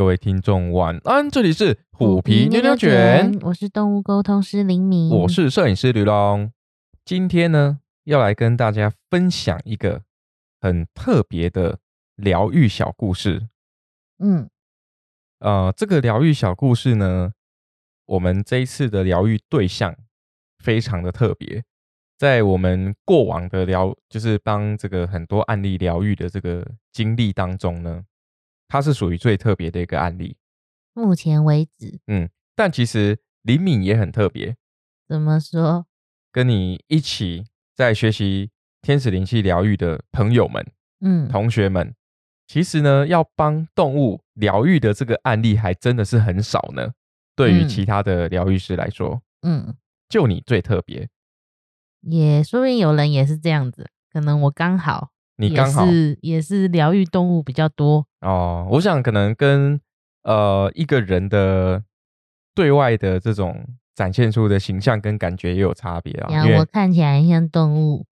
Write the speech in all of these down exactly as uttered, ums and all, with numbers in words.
各位听众晚安，这里是虎皮妞妞卷， 我是动物沟通师林明， 我是摄影师吕龙。今天呢，要来跟大家分享一个很特别的疗愈小故事。 嗯， 呃，这个疗愈小故事呢，我们这一次的疗愈对象非常的特别。在我们过往的疗，就是帮这个很多案例疗愈的这个经历当中呢，它是属于最特别的一个案例。 目前为止， 嗯，但其实林敏也很特别。 怎么说？ 跟你一起在学习天使灵气疗愈的朋友们、 嗯， 同学们，其实呢，要帮动物疗愈的这个案例还真的是很少呢。对于其他的疗愈师来说， 嗯， 就你最特别。 也说不定有人也是这样子，可能我刚好， 你刚好也是也是疗愈动物比较多哦。我想可能跟呃一个人的对外的这种展现出的形象跟感觉也有差别啊。 然后我看起来像动物。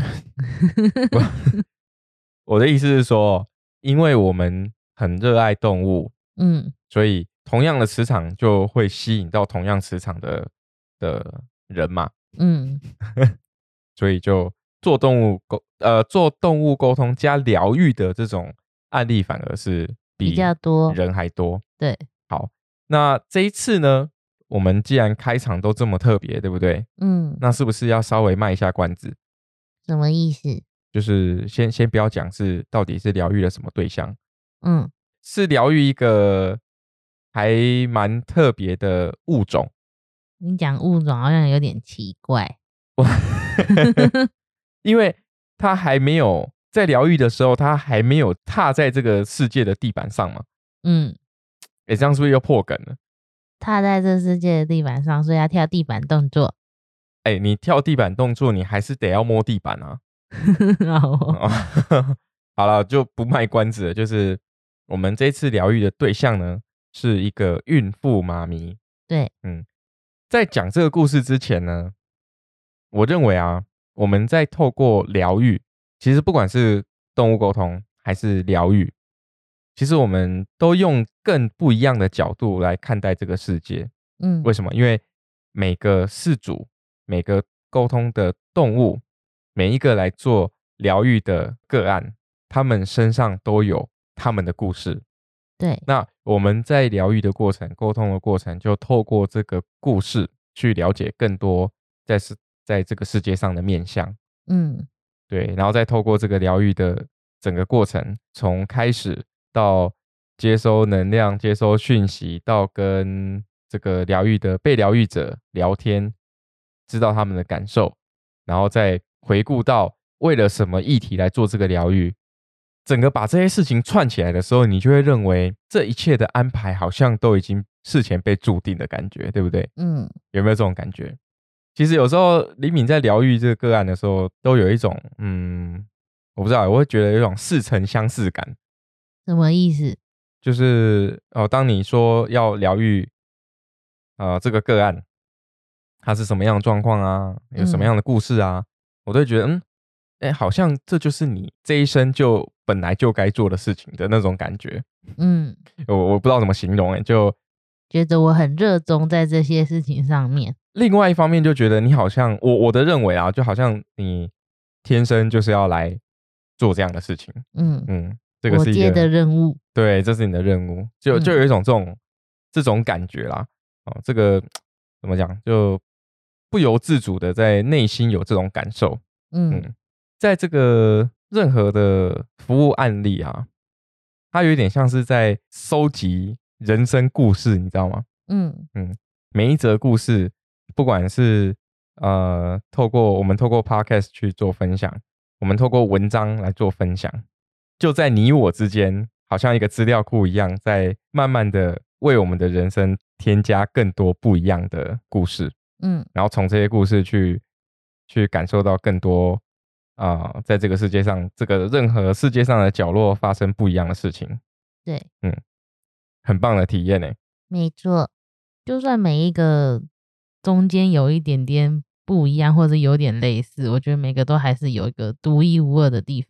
我的意思是说，因为我们很热爱动物， 嗯， 所以同样的磁场就会吸引到同样磁场的的人嘛。 嗯， 所以就做动物沟呃做动物沟通加疗愈的这种案例反而是比较多， 人还多。 对， 好，那这一次呢，我们既然开场都这么特别，对不对？ 嗯， 那是不是要稍微卖一下关子？ 什么意思？ 就是先先不要讲是到底是疗愈了什么对象， 嗯， 是疗愈一个还蛮特别的物种。 你讲物种好像有点奇怪。 因为他还没有在疗愈的时候，他还没有踏在这个世界的地板上嘛。 嗯， 哎、欸，这样是不是又破梗了？ 踏在这世界的地板上，所以要跳地板动作。 哎、欸，你跳地板动作，你还是得要摸地板啊。 哦、 好了，就不卖关子了。就是我们这次疗愈的对象呢，是一个孕妇妈咪。 对， 嗯，在讲这个故事之前呢，我认为啊，我们在透过疗愈，其实不管是动物沟通还是疗愈，其实我们都用更不一样的角度来看待这个世界。 嗯， 为什么？因为每个饲主、每个沟通的动物，每一个来做疗愈的个案，他们身上都有他们的故事。 对， 那我们在疗愈的过程、沟通的过程，就透过这个故事去了解更多在世在这个世界上的面向。 嗯， 对，然后再透过这个疗愈的整个过程，从开始到接收能量、接收讯息，到跟这个疗愈的被疗愈者聊天，知道他们的感受，然后再回顾到为了什么议题来做这个疗愈。整个把这些事情串起来的时候，你就会认为这一切的安排好像都已经事前被注定的感觉，对不对？ 嗯， 有没有这种感觉？其实有时候李敏在疗愈这个个案的时候，都有一种嗯，我不知道，我会觉得有一种似曾相识感。 什么意思？ 就是哦，当你说要疗愈呃这个个案，它是什么样的状况啊，有什么样的故事啊，嗯、我都会觉得嗯，哎、欸，好像这就是你这一生就本来就该做的事情的那种感觉。 嗯， 我我不知道怎么形容、欸，就觉得我很热衷在这些事情上面。 另外一方面就觉得你好像我我的认为啊，就好像你天生就是要来做这样的事情。 嗯嗯，这个是一个我接的任务。 对，这是你的任务，就就有一种这种、嗯、这种感觉啦。哦，这个怎么讲，就不由自主的在内心有这种感受。 嗯， 嗯，在这个任何的服务案例啊，它有点像是在收集人生故事，你知道吗？ 嗯嗯，每一则故事，不管是呃透过我们透过 podcast 去做分享，我们透过文章来做分享，就在你我之间，好像一个资料库一样，在慢慢的为我们的人生添加更多不一样的故事。 嗯， 然后从这些故事去去感受到更多啊、呃，在这个世界上，这个任何世界上的角落发生不一样的事情。 对， 嗯，很棒的体验呢。 没错，就算每一个中间有一点点不一样，或者有点类似，我觉得每个都还是有一个独一无二的地方。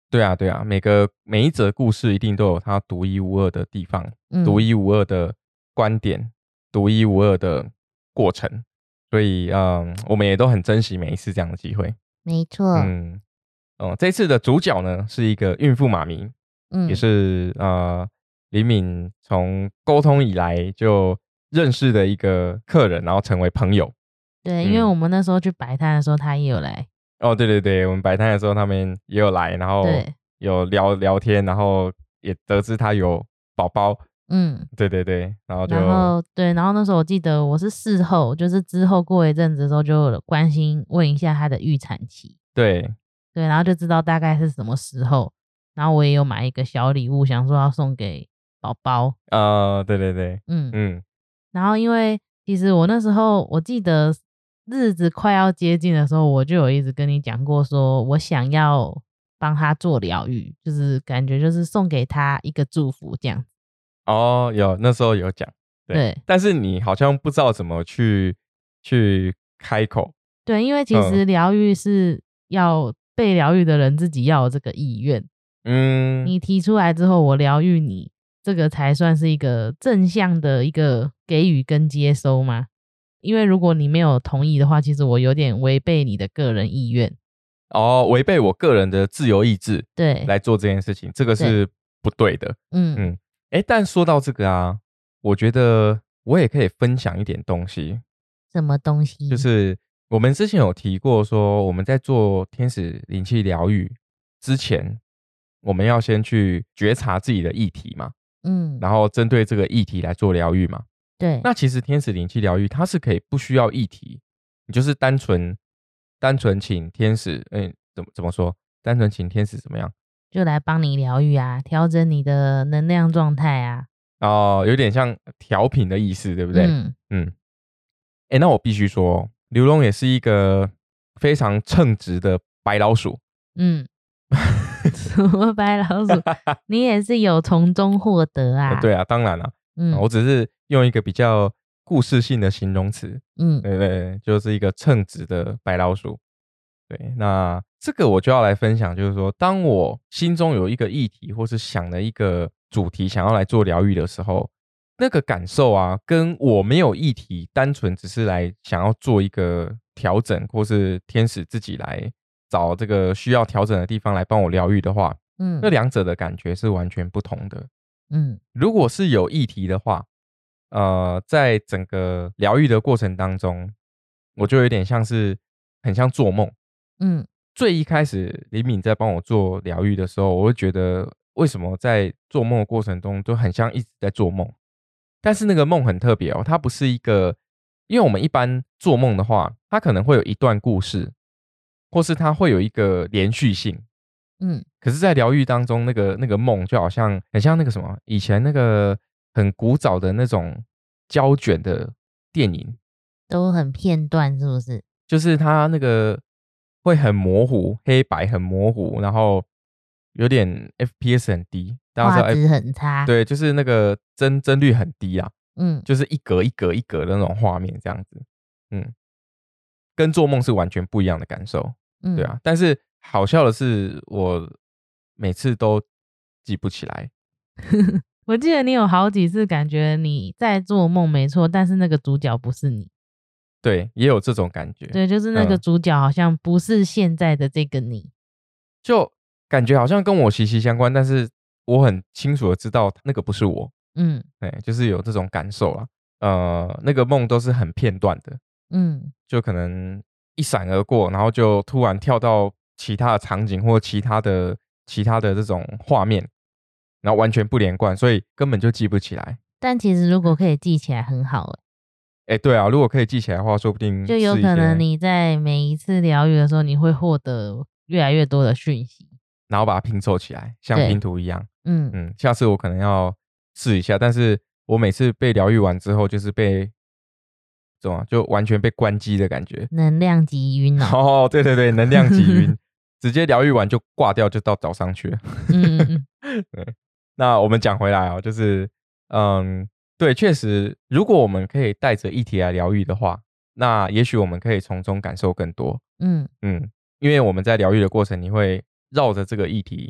对啊，对啊，每个每一则故事一定都有它独一无二的地方，独嗯， 一无二的观点，独一无二的过程，所以嗯，我们也都很珍惜每一次这样的机会。 没错， 嗯，哦，这次的主角呢是一个孕妇妈咪，也嗯， 是呃李敏从沟通以来就认识的一个客人，然后成为朋友。 对，因为嗯， 我们那时候去摆摊的时候，他也有来， 哦，对对对，我们摆摊的时候他们也有来，然后对， 有聊聊天，然后也得知他有宝宝。 嗯， 对对对，然后然就后对，然后那时候我记得我是事后，就是之后过一阵子的时候，就关心问一下他的预产期， 对， 对，然后就知道大概是什么时候，然后我也有买一个小礼物，想说要送给宝宝， 呃，对对对， 嗯， 嗯， 然后因为其实我那时候我记得日子快要接近的时候，我就有一直跟你讲过，说我想要帮他做疗愈，就是感觉就是送给他一个祝福这样。 哦，有那时候有讲，对， 对但是你好像不知道怎么去去开口。 对，因为其嗯实疗愈是要被疗愈的人自己要有这个意愿， 嗯， 你提出来之后，我疗愈你，这个才算是一个正向的一个给予跟接收嘛。因为如果你没有同意的话，其实我有点违背你的个人意愿。 哦，违背我个人的自由意志对来做这件事情，这个对， 是不对的。 嗯， 嗯，诶，但说到这个啊，我觉得我也可以分享一点东西， 什么东西？ 就是我们之前有提过说，我们在做天使灵气疗愈之前，我们要先去觉察自己的议题嘛， 嗯， 然后针对这个议题来做疗愈嘛。 对， 那其实天使灵气疗愈它是可以不需要议题，你就是单纯单纯请天使，嗯，怎么怎么说？单纯请天使怎么样？ 就来帮你疗愈啊，调整你的能量状态啊。 哦，有点像调频的意思，对不对？ 嗯嗯，哎，那我必须说，刘龙也是一个非常称职的白老鼠。 嗯，什么白老鼠？你也是有从中获得呃， 啊。 对啊，当然了，啊嗯我只是用一个比较故事性的形容词， 嗯对对对，就是一个称职的白老鼠。对，那这个我就要来分享，就是说，当我心中有一个议题，或是想了一个主题，想要来做疗愈的时候，那个感受啊，跟我没有议题，单纯只是来想要做一个调整，或是天使自己来找这个需要调整的地方来帮我疗愈的话，那嗯两者的感觉是完全不同的。 嗯如果是有议题的话，呃，在整个疗愈的过程当中，我就有点像是很像做梦。 嗯最一开始李敏在帮我做疗愈的时候，我会觉得为什么在做梦的过程中都很像一直在做梦，但是那个梦很特别哦，它不是一个，因为我们一般做梦的话，它可能会有一段故事，或是它会有一个连续性。 嗯， 可是，在疗愈当中，那个那个梦就好像很像那个什么，以前那个很古早的那种胶卷的电影， 都很片段，是不是？ 就是它那个会很模糊，黑白很模糊，然后有点 F P S 很低，大家知道 F 画质很差。 对，就是那个帧帧率很低啊， 嗯就是一格一格一格的那种画面这样子，嗯，跟做梦是完全不一样的感受，对嗯， 啊。但是好笑的是，我每次都记不起来， 我记得你有好几次感觉你在做梦，没错，但是那个主角不是你。 对，也有这种感觉， 对，就是那个嗯， 主角好像不是现在的这个你。 就感觉好像跟我息息相关，但是我很清楚的知道那个不是我， 嗯对，就是有这种感受啦。呃，那个梦都是很片段的， 嗯就可能一闪而过，然后就突然跳到其他的场景或其他的其他的这种画面，然后完全不连贯，所以根本就记不起来。 但其实如果可以记起来很好欸， 哎，对啊，如果可以记起来的话，说不定就有是一些， 可能你在每一次疗愈的时候，你会获得越来越多的讯息。 然后把它拼凑起来，像对， 拼图一样。 嗯， 嗯，下次我可能要试一下，但是我每次被疗愈完之后，就是被怎么就完全被关机的感觉。 能量级晕哦。 哦，对对对，能量级晕，直接疗愈完就挂掉，就到早上去了。 嗯嗯嗯， 对，那我们讲回来哦，就是嗯，对，确实，如果我们可以带着议题来疗愈的话，那也许我们可以从中感受更多。 嗯嗯，因为我们在疗愈的过程，你会绕着这个议题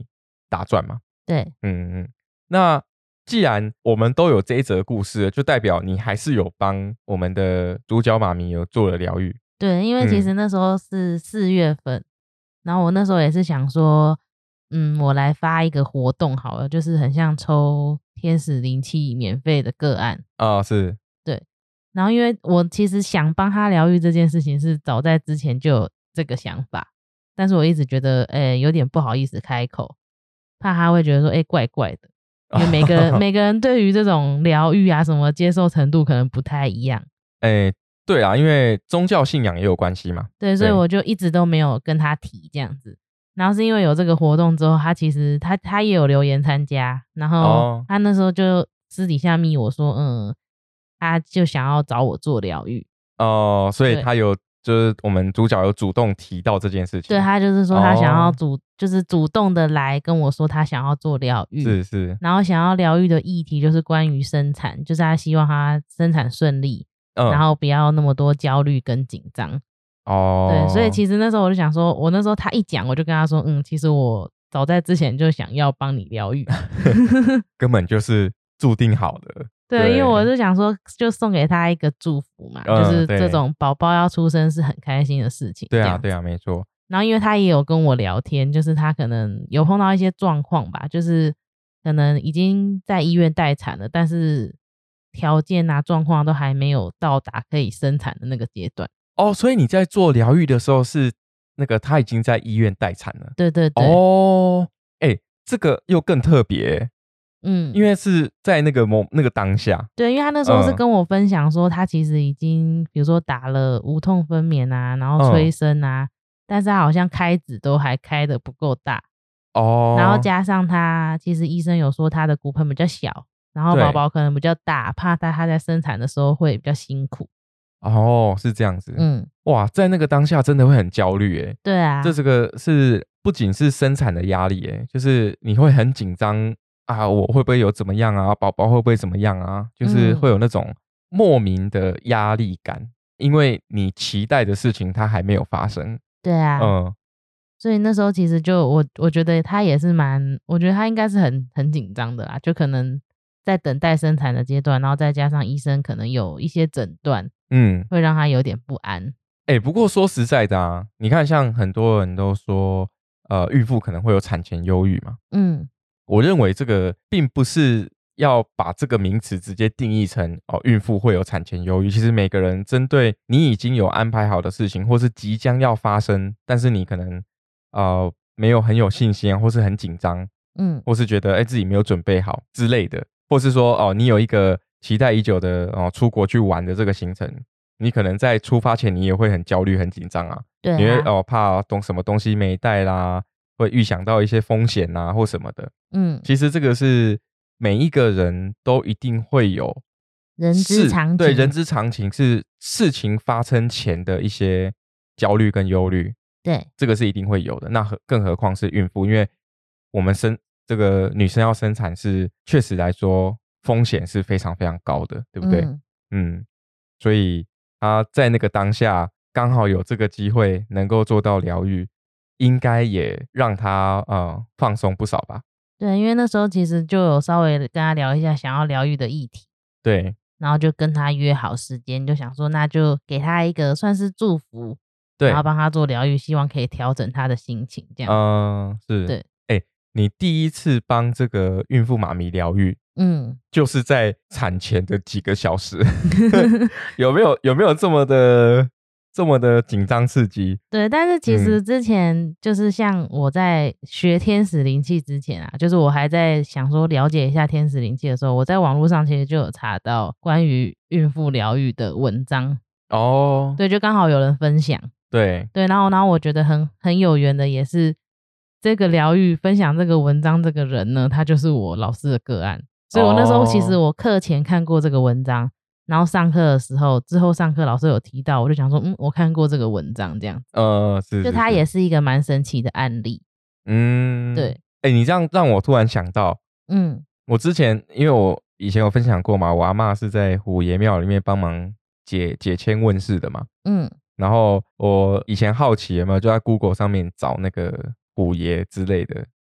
打转嘛。 对， 嗯嗯。那既然我们都有这一则故事了，就代表你还是有帮我们的主角妈咪有做了疗愈。 对，因为其实嗯那时候是四月份，然后我那时候也是想说，嗯，我来发一个活动好了，就是很像抽天使灵气免费的个案。 啊、是对，然后因为我其实想帮他疗愈这件事情是早在之前就有这个想法，但是我一直觉得，诶、有点不好意思开口，怕他会觉得说，诶、怪怪的，因为每个人每个人对于这种疗愈啊什么接受程度可能不太一样。 哎、对啊，因为宗教信仰也有关系嘛。 对，所以对我就一直都没有跟他提这样子。然后是因为有这个活动之后，他其实他他也有留言参加，然后哦他那时候就私底下密我说，嗯，他就想要找我做疗愈。 哦、所以对他有就是我们主角有主动提到这件事情。 对，他就是说他想要哦主，就是主动的来跟我说他想要做疗愈， 是是， 然后想要疗愈的议题就是关于生产，就是他希望他生产顺利， 嗯， 然后不要那么多焦虑跟紧张。 哦， 对，所以其实那时候我就想说，我那时候他一讲，我就跟他说，嗯，其实我早在之前就想要帮你疗愈。 根本就是注定好的。 对，因为我是想说，就送给他一个祝福嘛， 嗯就是对这种宝宝要出生是很开心的事情。 对啊， 这样对啊，没错。 然后因为他也有跟我聊天，就是他可能有碰到一些状况吧，就是可能已经在医院待产了，但是条件啊状况都还没有到达可以生产的那个阶段。 哦，所以你在做疗愈的时候是那个他已经在医院待产了。 对对对， 哦，哎、这个又更特别， 嗯， 因为是在那个某那个当下。 对，因为他那时候是嗯跟我分享说，他其实已经比如说打了无痛分娩啊，然后催嗯生啊，但是他好像开指都还开的不够大， 哦， 然后加上他其实医生有说他的骨盆比较小，然后对宝宝可能比较大，怕他他在生产的时候会比较辛苦。 哦是这样子。 嗯， 哇，在那个当下真的会很焦虑哎。 对啊， 这这个是不仅是生产的压力哎，就是你会很紧张啊，我会不会有怎么样啊？宝宝会不会怎么样啊？就是嗯会有那种莫名的压力感，因为你期待的事情它还没有发生。 对啊， 嗯， 所以那时候其实就我我觉得他也是蛮，我觉得他应该是很很紧张的啦，就可能在等待生产的阶段，然后再加上医生可能有一些诊断， 嗯， 会让他有点不安。 哎、不过说实在的啊，你看，像很多人都说，呃，孕妇可能会有产前忧郁嘛。 嗯我认为这个并不是要把这个名词直接定义成哦，孕妇会有产前忧郁。其实每个人针对你已经有安排好的事情，或是即将要发生，但是你可能呃没有很有信心啊，或是很紧张， 嗯或是觉得哎、自己没有准备好之类的，或是说哦你有一个期待已久的哦出国去玩的这个行程，你可能在出发前你也会很焦虑、很紧张啊， 对你会啊， 哦怕东什么东西没带啦，会预想到一些风险啊或什么的。 嗯， 其实这个是每一个人都一定会有人之事常情。 对，人之常情，是事情发生前的一些焦虑跟忧虑， 对， 这个是一定会有的。那何更何况是孕妇，因为我们生这个女生要生产是确实来说风险是非常非常高的，对不对？ 嗯嗯，所以她在那个当下刚好有这个机会能够做到疗愈，应该也让她呃放松不少吧？ 对，因为那时候其实就有稍微跟他聊一下想要疗愈的议题， 对， 然后就跟他约好时间，就想说那就给他一个算是祝福， 对然后帮他做疗愈，希望可以调整他的心情，这样。 嗯，是， 对， 哎、你第一次帮这个孕妇妈咪疗愈， 嗯， 就是在产前的几个小时，有没有有没有这么的这么的紧张刺激？ 对，但是其嗯实之前就是像我在学天使灵气之前啊，就是我还在想说了解一下天使灵气的时候，我在网络上其实就有查到关于孕妇疗愈的文章， 哦， 对，就刚好有人分享， 对， 对，然后然后我觉得很很有缘的也是这个疗愈分享这个文章这个人呢，他就是我老师的个案，所以我那时候其实哦我课前看过这个文章，然后上课的时候之后上课老师有提到，我就想说，嗯，我看过这个文章这样。 呃，是， 就是它是也是一个蛮神奇的案例。 嗯， 对， 哎、你这样让我突然想到， 嗯我之前因为我以前有分享过嘛，我阿嬷是在虎爷庙里面帮忙解解签问世的嘛， 嗯然后我以前好奇有没有就在 Google 上面找那个虎爷之类的，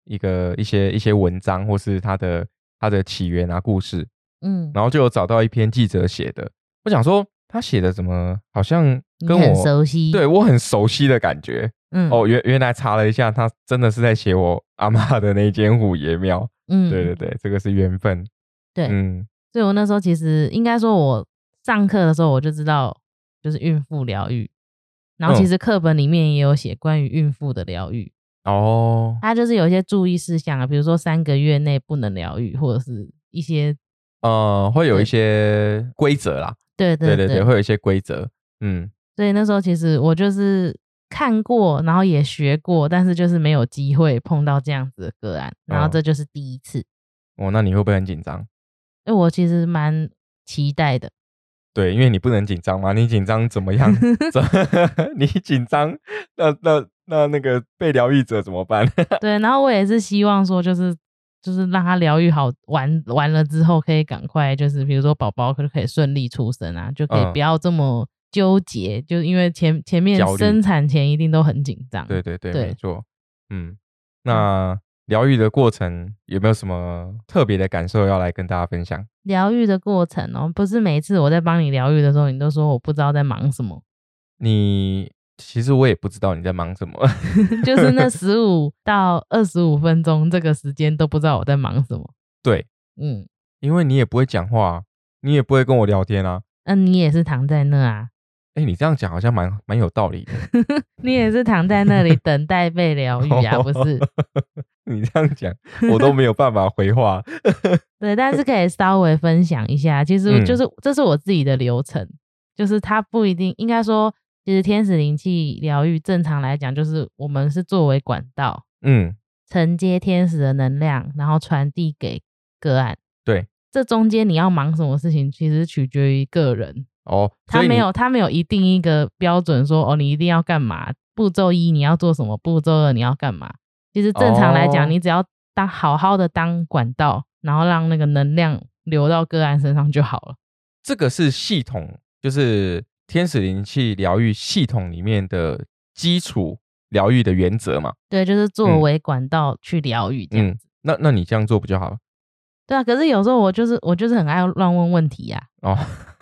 一个一些一些文章，或是它的它的起源啊故事， 嗯， 然后就有找到一篇记者写的，我想说他写的怎么好像跟你很我熟悉， 对我很熟悉的感觉。 嗯， 哦，原原来查了一下，他真的是在写我阿嬷的那间虎爷庙。 嗯， 对对对，这个是缘分。 对， 嗯， 所以我那时候其实应该说，我上课的时候我就知道，就是孕妇疗愈，然后其嗯实课本里面也有写关于孕妇的疗愈， 哦， 它就是有一些注意事项啊，比如说三个月内不能疗愈，或者是一些呃，会有一对些规则啦。 对对对对对对，会有一些规则。嗯， 所以那时候其实我就是看过，然后也学过，但是就是没有机会碰到这样子的个案，然后嗯这就是第一次。 哦，那你会不会很紧张？ 因为我其实蛮期待的， 对，因为你不能紧张嘛，你紧张怎么样？怎你紧张，那那那那个被疗愈者怎么办？ 对，然后我也是希望说，就是就是让他疗愈好完完了之后，可以赶快就是比如说宝宝可可以顺利出生啊，就可以嗯不要这么纠结，就因为前前面焦虑生产前一定都很紧张。 对对对， 对没错。嗯，那疗愈的过程有没有什么特别的感受要来跟大家分享？ 疗愈的过程哦，不是每次我在帮你疗愈的时候，你都说我不知道在忙什么， 你其实我也不知道你在忙什么。 就是那十五到二十五分钟这个时间都不知道我在忙什么。 对， 嗯， 因为你也不会讲话，你也不会跟我聊天啊。 那、你也是躺在那啊， 哎，你这样讲好像蛮蛮有道理的。 你也是躺在那里等待被疗愈啊，不是？ 你这样讲，我都没有办法回话。 对，但是可以稍微分享一下，其实嗯就是、这是我自己的流程，就是它不一定，应该说，其实天使灵气疗愈正常来讲，就是我们是作为管道， 嗯， 承接天使的能量，然后传递给个案。 对。 这中间你要忙什么事情，其实取决于个人， 哦， 他所以你没有他没有一定一个标准说哦，你一定要干嘛，步骤一你要做什么，步骤二你要干嘛。其实正常来讲， 哦你只要当好好的当管道，然后让那个能量流到个案身上就好了。 这个是系统，就是天使灵气疗愈系统里面的基础疗愈的原则嘛。 对，就是作为管道去疗愈这样嗯子。， 那那你这样做不就好了？ 对啊，可是有时候我就是我就是很爱乱问问题呀、 哦，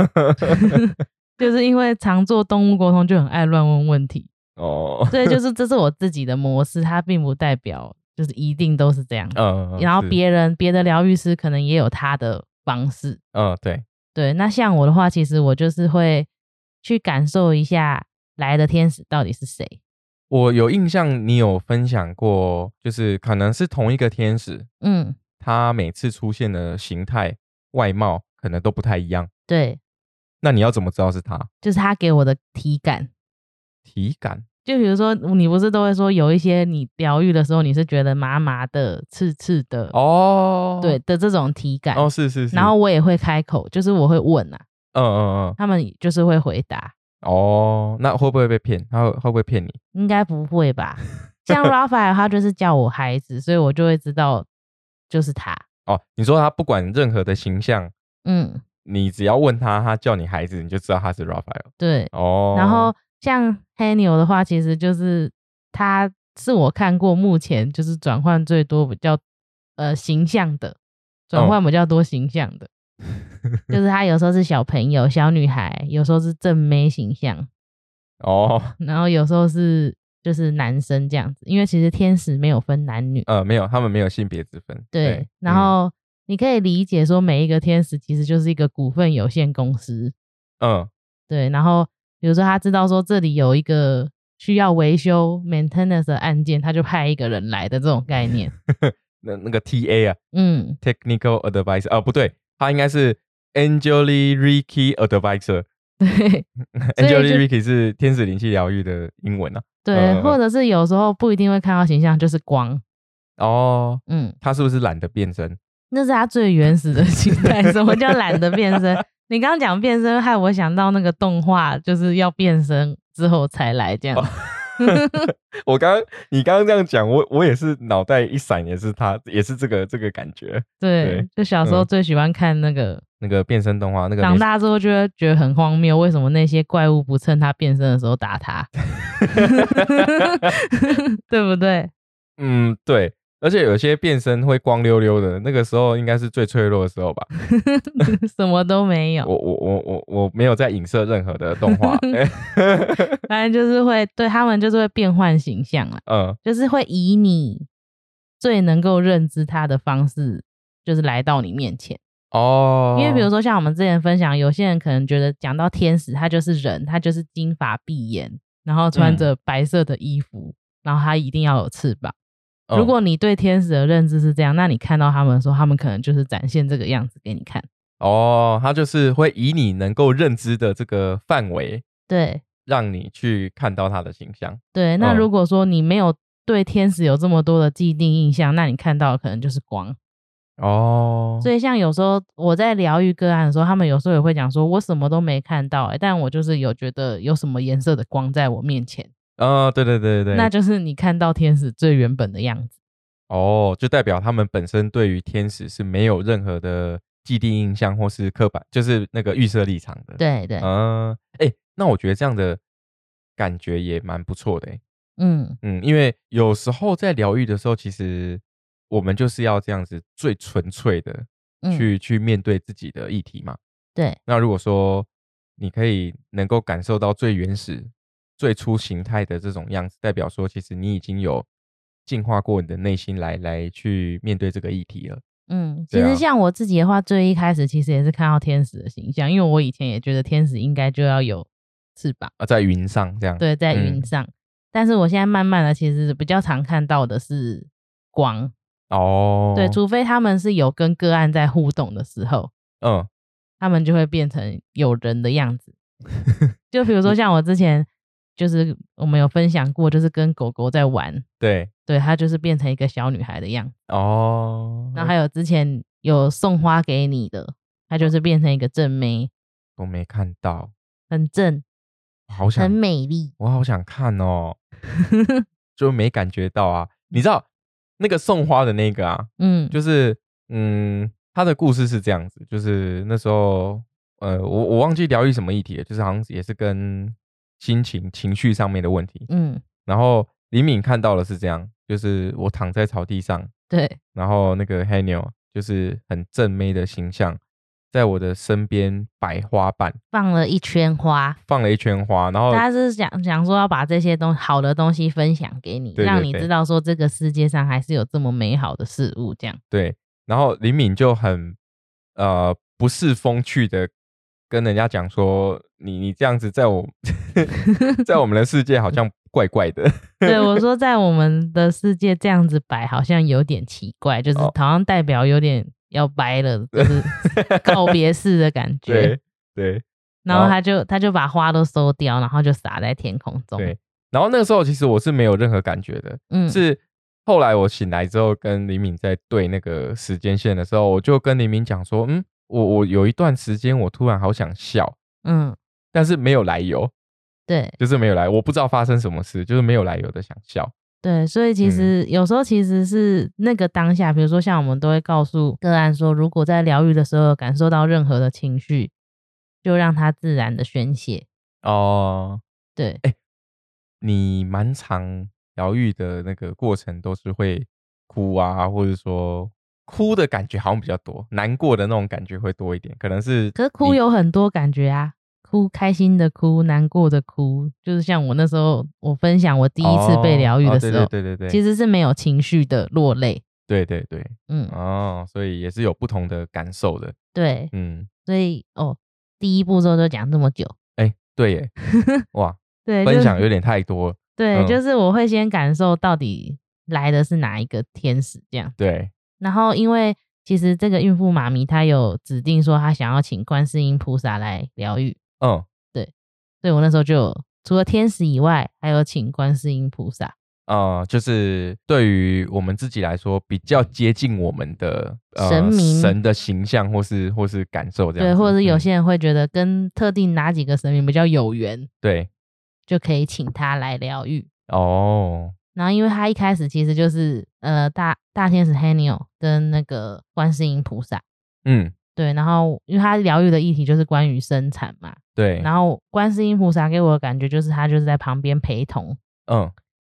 就是因为常做动物沟通，就很爱乱问问题。 哦， 所以就是这是我自己的模式，它并不代表就是一定都是这样。 嗯， 然后是别人别的疗愈师可能也有他的方式。 嗯，对， 对，那像我的话，其实我就是会去感受一下来的天使到底是谁。 我有印象，你有分享过，就是可能是同一个天使， 嗯， 他每次出现的形态、外貌可能都不太一样。 对， 那你要怎么知道是他？ 就是他给我的体感。 体感就比如说，你不是都会说有一些你疗愈的时候，你是觉得麻麻的、刺刺的， 哦， 对的这种体感。 哦，是是是， 然后我也会开口，就是我会问啊， 嗯嗯嗯， 他们就是会回答。 哦，那会不会被骗？他会会不会骗你？ 应该不会吧？像 Raphael 他就是叫我孩子，所以我就会知道就是他。 哦，你说他不管任何的形象， 嗯， 你只要问他，他叫你孩子，你就知道他是 Raphael。 对。 哦， 然后像 Haniel 的话，其实就是他是我看过目前就是转换最多比较呃形象的，转换比较多形象的，就是他有时候是小朋友、小女孩，有时候是正妹形象， 哦， 然后有时候是就是男生这样子，因为其实天使没有分男女。 呃，没有，他们没有性别之分。 对，然嗯后你可以理解说，每一个天使其实就是一个股份有限公司。 嗯， 对，然后比如说他知道说这里有一个需要维修 maintenance 的案件，他就派一个人来的这种概念。 那那个 T A 啊嗯， ，Technical Advisor，啊，不对，他应该是 Angeli Ricky Advisor。 对 Angeli 就 Ricky 是天使灵气疗愈的英文啊。 对， 嗯或者是有时候不一定会看到形象，就是光。 哦， 嗯， 他是不是懒得变身？ 那是他最原始的形态。什么叫懒得变身？你刚刚讲变身，害我想到那个动画，就是要变身之后才来这样。 哦我刚刚你刚刚这样讲，我我也是脑袋一闪，也是他，也是这个这个感觉。 对， 对就小时候嗯最喜欢看那个， 那个变身动画，那个长没大之后就会觉得很荒谬，为什么那些怪物不趁他变身的时候打他？对不对？ 嗯，对， 而且有些变身会光溜溜的，那个时候应该是最脆弱的时候吧。 什么都没有。 我我我我我没有在影射任何的动画。 反正就是会对他们就是会变换形象啦， 嗯， 就是会以你最能够认知他的方式，就是来到你面前。 哦， 因为比如说像我们之前分享，有些人可能觉得讲到天使，他就是人，他就是金发碧眼，然后穿着白色的衣服，嗯、然后他一定要有翅膀。嗯、如果你对天使的认知是这样，那你看到他们的时候，他们可能就是展现这个样子给你看。 哦，他就是会以你能够认知的这个范围， 对，让你去看到他的形象。 对，那如果说你没有对天使有这么多的既定印象，那你看到的可能就是光。哦，所以像有时候我在疗愈个案的时候，他们有时候也会讲说，我什么都没看到、欸，但我就是有觉得有什么颜色的光在我面前。 哦，对对对对， 那就是你看到天使最原本的样子。 哦，就代表他们本身对于天使是没有任何的既定印象或是刻板，就是那个预设立场的。 对对， 嗯，哎、欸，那我觉得这样的感觉也蛮不错的、欸。嗯嗯，因为有时候在疗愈的时候，其实我们就是要这样子最纯粹的去、嗯、去面对自己的议题嘛。 对， 那如果说你可以能够感受到最原始、最初形态的这种样子，代表说其实你已经有进化过你的内心来来去面对这个议题了。 嗯，其实像我自己的话，最一开始其实也是看到天使的形象，因为我以前也觉得天使应该就要有翅膀啊，在云上这样。 对，在云上、嗯。但是我现在慢慢的，其实比较常看到的是光。哦，对，除非他们是有跟个案在互动的时候，嗯，他们就会变成有人的样子。就比如说像我之前就是我们有分享过，就是跟狗狗在玩，对对，它就是变成一个小女孩的样子。哦，然后还有之前有送花给你的，它就是变成一个正妹。 我没看到， 很正， 好想， 很美丽， 我好想看哦。就没感觉到啊。你知道那个送花的那个啊，嗯，就是嗯，他的故事是这样子，就是那时候呃，我我忘记疗愈什么议题了，就是好像也是跟心情情绪上面的问题，嗯，然后李敏看到的是这样，就是我躺在草地上，对，然后那个黑妞就是很正妹的形象，在我的身边摆花瓣， 放了一圈花， 放了一圈花，然后他是想想说要把这些东好的东西分享给你，对对对，让你知道说这个世界上还是有这么美好的事物，这样。 对，然后林敏就很呃不识风趣的跟人家讲说，你你这样子在我在我们的世界好像怪怪的。 对，我说在我们的世界这样子摆好像有点奇怪，就是好像代表有点要掰了，就是告别式的感觉。 对对， 然后他就他就把花都收掉，然后就撒在天空中。 对，然后那个时候其实我是没有任何感觉的，嗯，是后来我醒来之后跟李敏在对那个时间线的时候，我就跟李敏讲说，嗯，我我有一段时间我突然好想笑，嗯，但是没有来由， 对， 就是没有来，我不知道发生什么事，就是没有来由的想笑。 对，所以其实有时候其实是那个当下，比如说像我们都会告诉个案说，如果在疗愈的时候感受到任何的情绪，就让它自然的宣泄。哦，对， 欸，你蛮常疗愈的那个过程都是会哭啊，或者说哭的感觉好像比较多，难过的那种感觉会多一点，可能是。 可是哭有很多感觉啊。哭，开心的哭，难过的哭，就是像我那时候我分享我第一次被疗愈的时候， 哦哦，对对对对对， 其实是没有情绪的落泪。 对对对，嗯，哦，所以也是有不同的感受的。 对，嗯，所以哦，第一步骤就讲这么久。 哎，欸，对耶，哇， 对， 分享有点太多了。 对，嗯，就是我会先感受到底来的是哪一个天使这样。 对， 然后因为其实这个孕妇妈咪她有指定说她想要请观世音菩萨来疗愈。嗯，对，所以我那时候就有除了天使以外，还有请观世音菩萨。 呃，就是对于我们自己来说，比较接近我们的，呃， 神明神的形象，或是或是感受这样子。 对，或者是有些人会觉得跟特定哪几个神明比较有缘， 对， 就可以请他来疗愈。哦，然后因为他一开始其实就是呃大大天使黑妞跟那个观世音菩萨。嗯。对，然后因为他疗愈的议题就是关于生产嘛， 对， 然后观世音菩萨给我的感觉就是他就是在旁边陪同，嗯，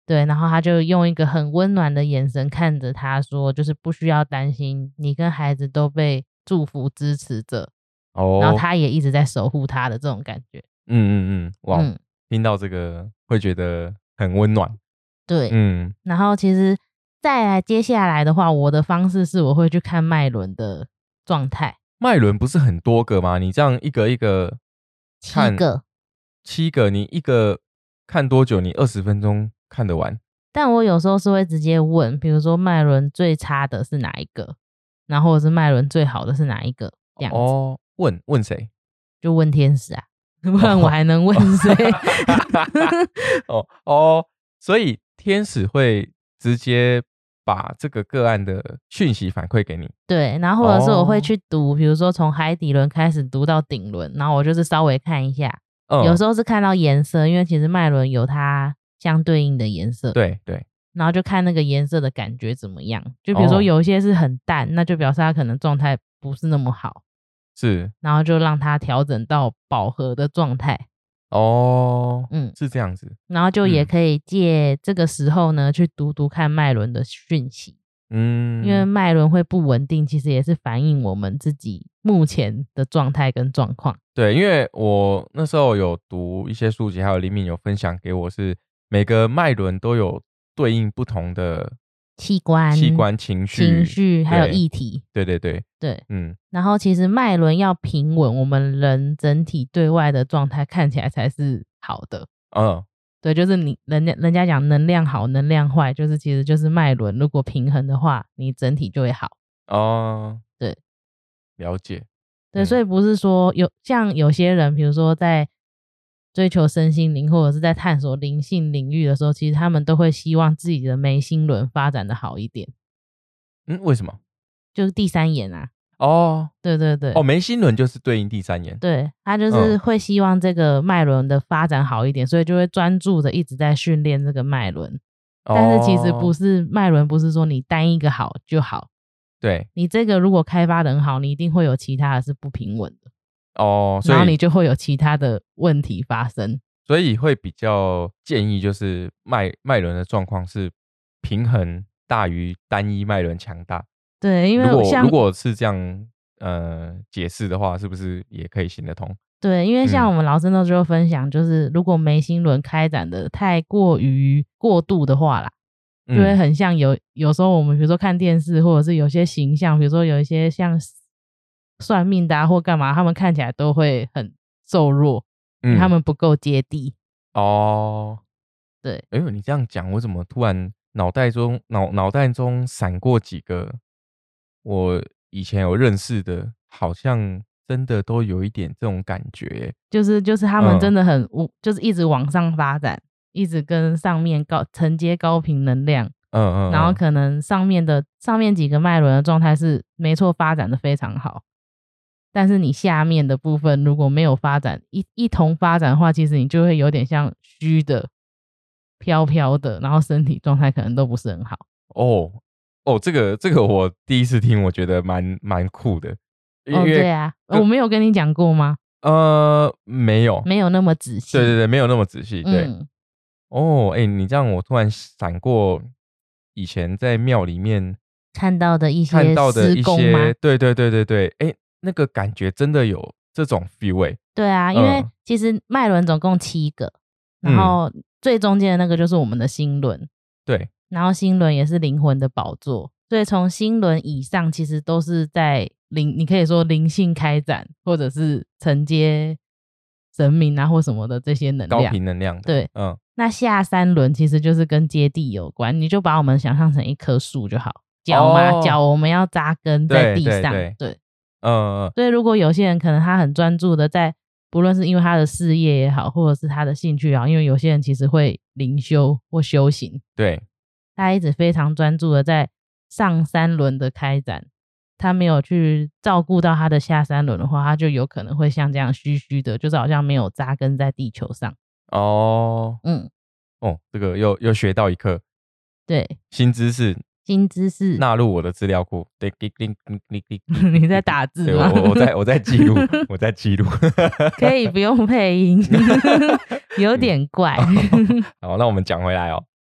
对，然后他就用一个很温暖的眼神看着他说，就是不需要担心，你跟孩子都被祝福支持着， 哦， 然后他也一直在守护他的这种感觉。 嗯嗯嗯，哇， 嗯， 听到这个会觉得很温暖。 对， 嗯， 然后其实再来接下来的话，我的方式是我会去看脉轮的状态， 脉轮不是很多个吗？你这样一个一个看七个， 七个，你一个看多久？你二十分钟看得完？ 但我有时候是会直接问，比如说脉轮最差的是哪一个，然后或者是脉轮最好的是哪一个，这样子哦，问问谁？ 就问天使啊，不然我还能问谁？ 哦哦，所以天使会直接把这个个案的讯息反馈给你。 对，然后或者是我会哦， 去读，比如说从海底轮开始读到顶轮，然后我就是稍微看一下，有嗯， 时候是看到颜色，因为其实脉轮有它相对应的颜色， 对对， 然后就看那个颜色的感觉怎么样。就比如说哦， 有一些是很淡，那就表示他可能状态不是那么好， 是然后就让他调整到饱和的状态。 哦， 嗯， 是这样子。 然后就也嗯可以借这个时候呢，去读读看脉轮的讯息，因为嗯， 脉轮会不稳定，其实也是反映我们自己目前的状态跟状况。 对，因为我那时候有读一些书籍，还有李敏有分享给我，是每个脉轮都有对应不同的器官、 器官、情绪、 情绪还有对议题， 对对对， 对。 嗯， 然后其实脉轮要平稳，我们人整体对外的状态看起来才是好的。 嗯， 对，就是你人家人家讲能量好，能量坏，就是其实就是脉轮如果平衡的话，你整体就会好。 哦， 对了解， 对， 嗯所以不是说有像有些人，比如说在追求身心灵或者是在探索灵性领域的时候，其实他们都会希望自己的眉心轮发展的好一点， 嗯，为什么？ 就是第三眼啊。 哦对对对， 哦，眉心轮就是对应第三眼， 对，他就是嗯， 会希望这个脉轮的发展好一点，所以就会专注的一直在训练这个脉轮。但是其实不哦， 是脉轮，不是说你单一个好就好， 对， 你这个如果开发的很好，你一定会有其他的是不平稳的， 哦，所以然后你就会有其他的问题发生。 所以会比较建议就是脉脉轮的状况是平衡大于单一脉轮强大。 对，因如果如为像果是这样呃解释的话，是不是也可以行得通？ 对，因为像嗯我们老师那时候分享，就是如果眉心轮开展的太过于过度的话啦，就会嗯， 很像有有时候我们比如说看电视，或者是有些形象，比如说有一些像算命的啊或干嘛，他们看起来都会很瘦弱，因为他嗯， 们不够接地。 哦， 对， 哎呦，你这样讲，我怎么突然脑袋中脑脑袋中闪过几个我以前有认识的，好像真的都有一点这种感觉欸。 就是就是他们真嗯的很无，就是一直往上发展，一直跟上面高承接高频能量， 嗯嗯嗯， 然后可能上面的上面几个脉轮的状态是没错，发展的非常好。但是你下面的部分如果没有发展一一同发展的话，其实你就会有点像虚的、飘飘的，然后身体状态可能都不是很好。 哦哦，这个这个我第一次听，我觉得蛮蛮酷的，因哦， 因为对啊， 跟我没有跟你讲过吗？ 呃没有， 没有那么仔细。 对对对，没有那么仔细，对。 嗯， 哦，哎，你这样我突然闪过以前在庙里面看到的一看些施到的一工吗？ 些对对对对对，哎，那个感觉真的有这种 feel 哎。 对啊，因为嗯其实脉轮总共七个，然嗯， 后最中间的那个就是我们的心轮， 对， 然后心轮也是灵魂的宝座，所以从心轮以上其实都是在灵，你可以说灵性开展，或者是承接神明啊或什么的这些能高量。 频能量的， 对， 嗯， 那下三轮其实就是跟接地有关，你就把我们想象成一棵树就好，脚嘛， 哦脚我们要扎根在对地上， 对对， 对。 嗯嗯所以如果有些人可能他很专注的在，不论是因为他的事业也好，或者是他的兴趣也好，因为有些人其实会灵修或修行， 对， 他一直非常专注的在上三轮的开展，他没有去照顾到他的下三轮的话，他就有可能会像这样虚虚的，就是好像没有扎根在地球上。 哦嗯， 哦，这个又又学到一课对， 新知识， 新知识， 纳入我的资料库。对，滴滴滴滴滴你在打字对， 吗？ 我我在我在记录，我在记录。 可以不用配音，有点怪。 好，那我们讲回来哦。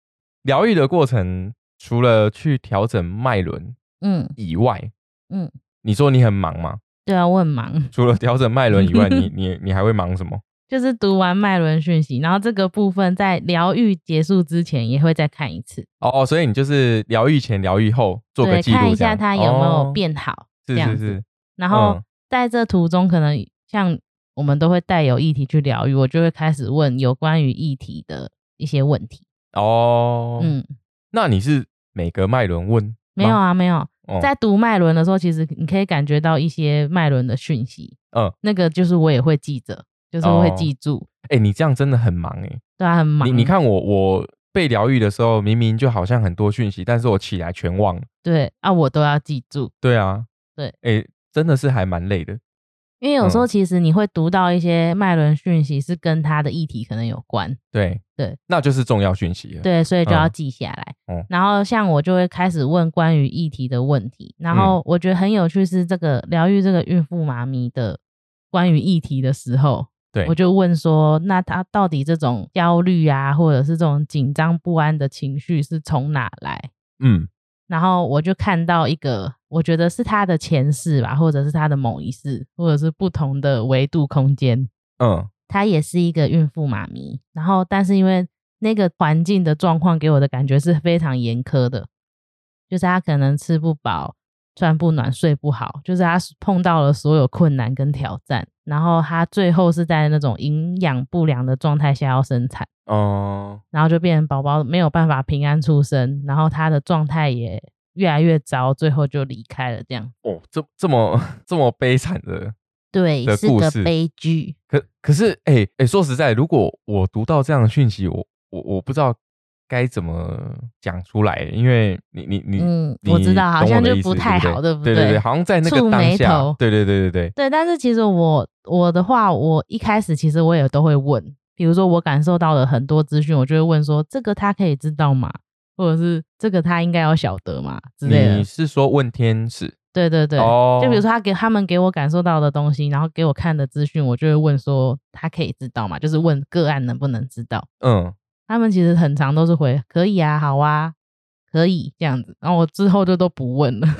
疗愈的过程除了去调整脉轮嗯以外， 嗯， 你说你很忙吗？ 对啊，我很忙， 除了调整脉轮以外，你你你还会忙什么？ 就是读完脉轮讯息，然后这个部分在疗愈结束之前也会再看一次。 哦，所以你就是疗愈前、疗愈后做个对， 记录， 看一下它有没有哦、 变好， 是这样子。 是是， 然后嗯在这途中，可能像我们都会带有议题去疗愈，我就会开始问有关于议题的一些问题。 哦， 嗯， 那你是每个脉轮问吗？ 没有啊，没有。 哦在读脉轮的时候，其实你可以感觉到一些脉轮的讯息， 嗯， 那个就是我也会记着，就是会哦记住。 哎、你这样真的很忙哎、 对啊，很忙。 你你看我我被疗愈的时候，明明就好像很多讯息，但是我起来全忘了。 对啊，我都要记住。 对啊， 对， 哎、真的是还蛮累的。 因为有时候嗯其实你会读到一些脉轮讯息，是跟他的议题可能有关。 对对， 那就是重要讯息了。 对，所以就要嗯记下来。 嗯然后像我就会开始问关于议题的问题，然后我觉得很有趣是这个疗愈这个孕妇妈咪的关于议题的时候， 对我就问说，那她到底这种焦虑啊，或者是这种紧张不安的情绪是从哪来？ 嗯然后我就看到一个，我觉得是她的前世吧，或者是她的某一世，或者是不同的维度空间。 嗯她也是一个孕妇妈咪，然后但是因为那个环境的状况给我的感觉是非常严苛的，就是她可能吃不饱、穿不暖、睡不好，就是她碰到了所有困难跟挑战，然后她最后是在那种营养不良的状态下要生产， 哦、 然后就变成宝宝没有办法平安出生，然后她的状态也越来越糟，最后就离开了这样。 哦，这这么这么悲惨的对，是的故事个悲剧。 可可是，哎、欸、哎、欸，说实在，如果我读到这样的讯息，我我我不知道该怎么讲出来，因为你你你， 嗯， 你我知道，好懂我像就的意思不太好， 对不对？ 对不对？ 对对对，好像在那个触当下眉头， 对对对对对对。但是其实我我的话，我一开始其实我也都会问，比如说我感受到了很多资讯，我就会问说，这个他可以知道吗？或者是这个他应该要晓得吗？之类的。 你是说问天使？ 对对对， 哦、 就比如说他给他们给我感受到的东西，然后给我看的资讯，我就会问说他可以知道吗？就是问个案能不能知道。 嗯， 他们其实很常都是回可以啊，好啊，可以这样子，然后我之后就都不问了。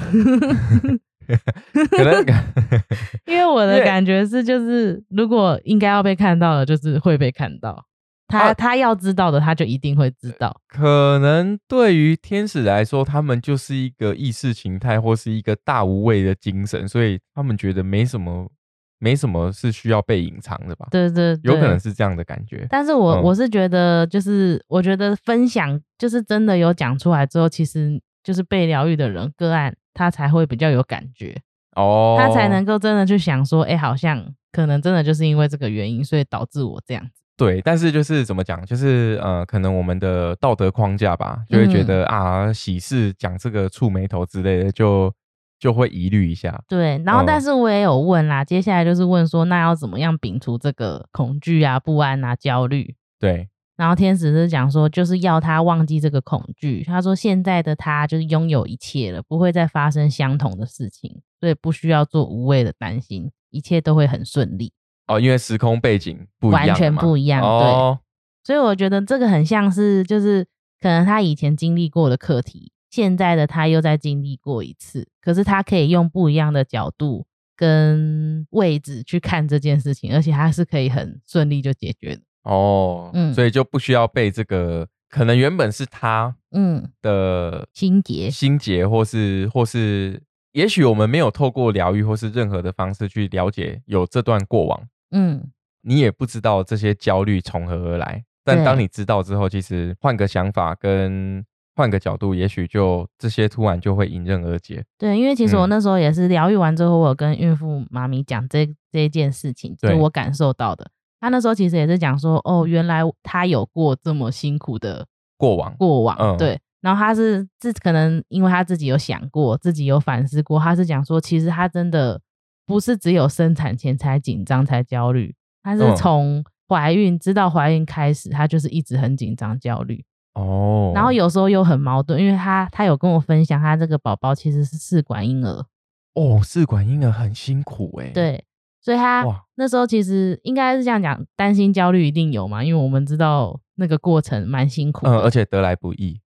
可能因为我的因为感觉是，就是如果应该要被看到的，就是会被看到。他、 啊他要知道的，他就一定会知道。 可能对于天使来说，他们就是一个意识形态或是一个大无畏的精神，所以他们觉得没什么，没什么是需要被隐藏的吧？ 对对对， 有可能是这样的感觉。 但是我、 嗯我是觉得，就是我觉得分享，就是真的有讲出来之后，其实就是被疗愈的人个案，他才会比较有感觉， 哦， 他才能够真的去想说，哎、好像可能真的就是因为这个原因，所以导致我这样子。 对，但是就是怎么讲，就是呃，可能我们的道德框架吧，就会觉得、啊，喜事讲这个触眉头之类的，就就会疑虑一下。 对，然后嗯但是我也有问啦，接下来就是问说，那要怎么样摒除这个恐惧啊、不安啊、焦虑？ 对， 然后天使是讲说，就是要他忘记这个恐惧。他说现在的他就是拥有一切了，不会再发生相同的事情，所以不需要做无谓的担心，一切都会很顺利。 哦，因为时空背景不一样了嘛， 完全不一样哦， 所以我觉得这个很像是，就是可能他以前经历过的课题，现在的他又再经历过一次，可是他可以用不一样的角度跟位置去看这件事情，而且他是可以很顺利就解决的。 哦， 嗯所以就不需要被这个可能原本是他嗯， 的心结， 心结，或是或是，也许我们没有透过疗愈或是任何的方式去了解有这段过往。 嗯， 你也不知道这些焦虑从何而来，但对当你知道之后，其实换个想法跟换个角度，也许就这些突然就会迎刃而解。 对，因为其实我嗯那时候也是疗愈完之后，我有跟孕妇妈咪讲这这件事情，就是对我感受到的。她那时候其实也是讲说，哦，原来她有过这么辛苦的过往， 过往， 嗯对。然后她是自可能因为她自己有想过，自己有反思过，她是讲说，其实她真的不是只有生产前才紧张才焦虑，她是嗯从怀孕知道怀孕开始，她就是一直很紧张焦虑。 哦， 然后有时候又很矛盾，因为她她有跟我分享，她这个宝宝其实是试管婴儿， 哦，试管婴儿很辛苦哎、欸，， 对，所以她哇那时候其实应该是这样讲，担心焦虑一定有嘛，因为我们知道那个过程蛮辛苦的， 嗯，而且得来不易，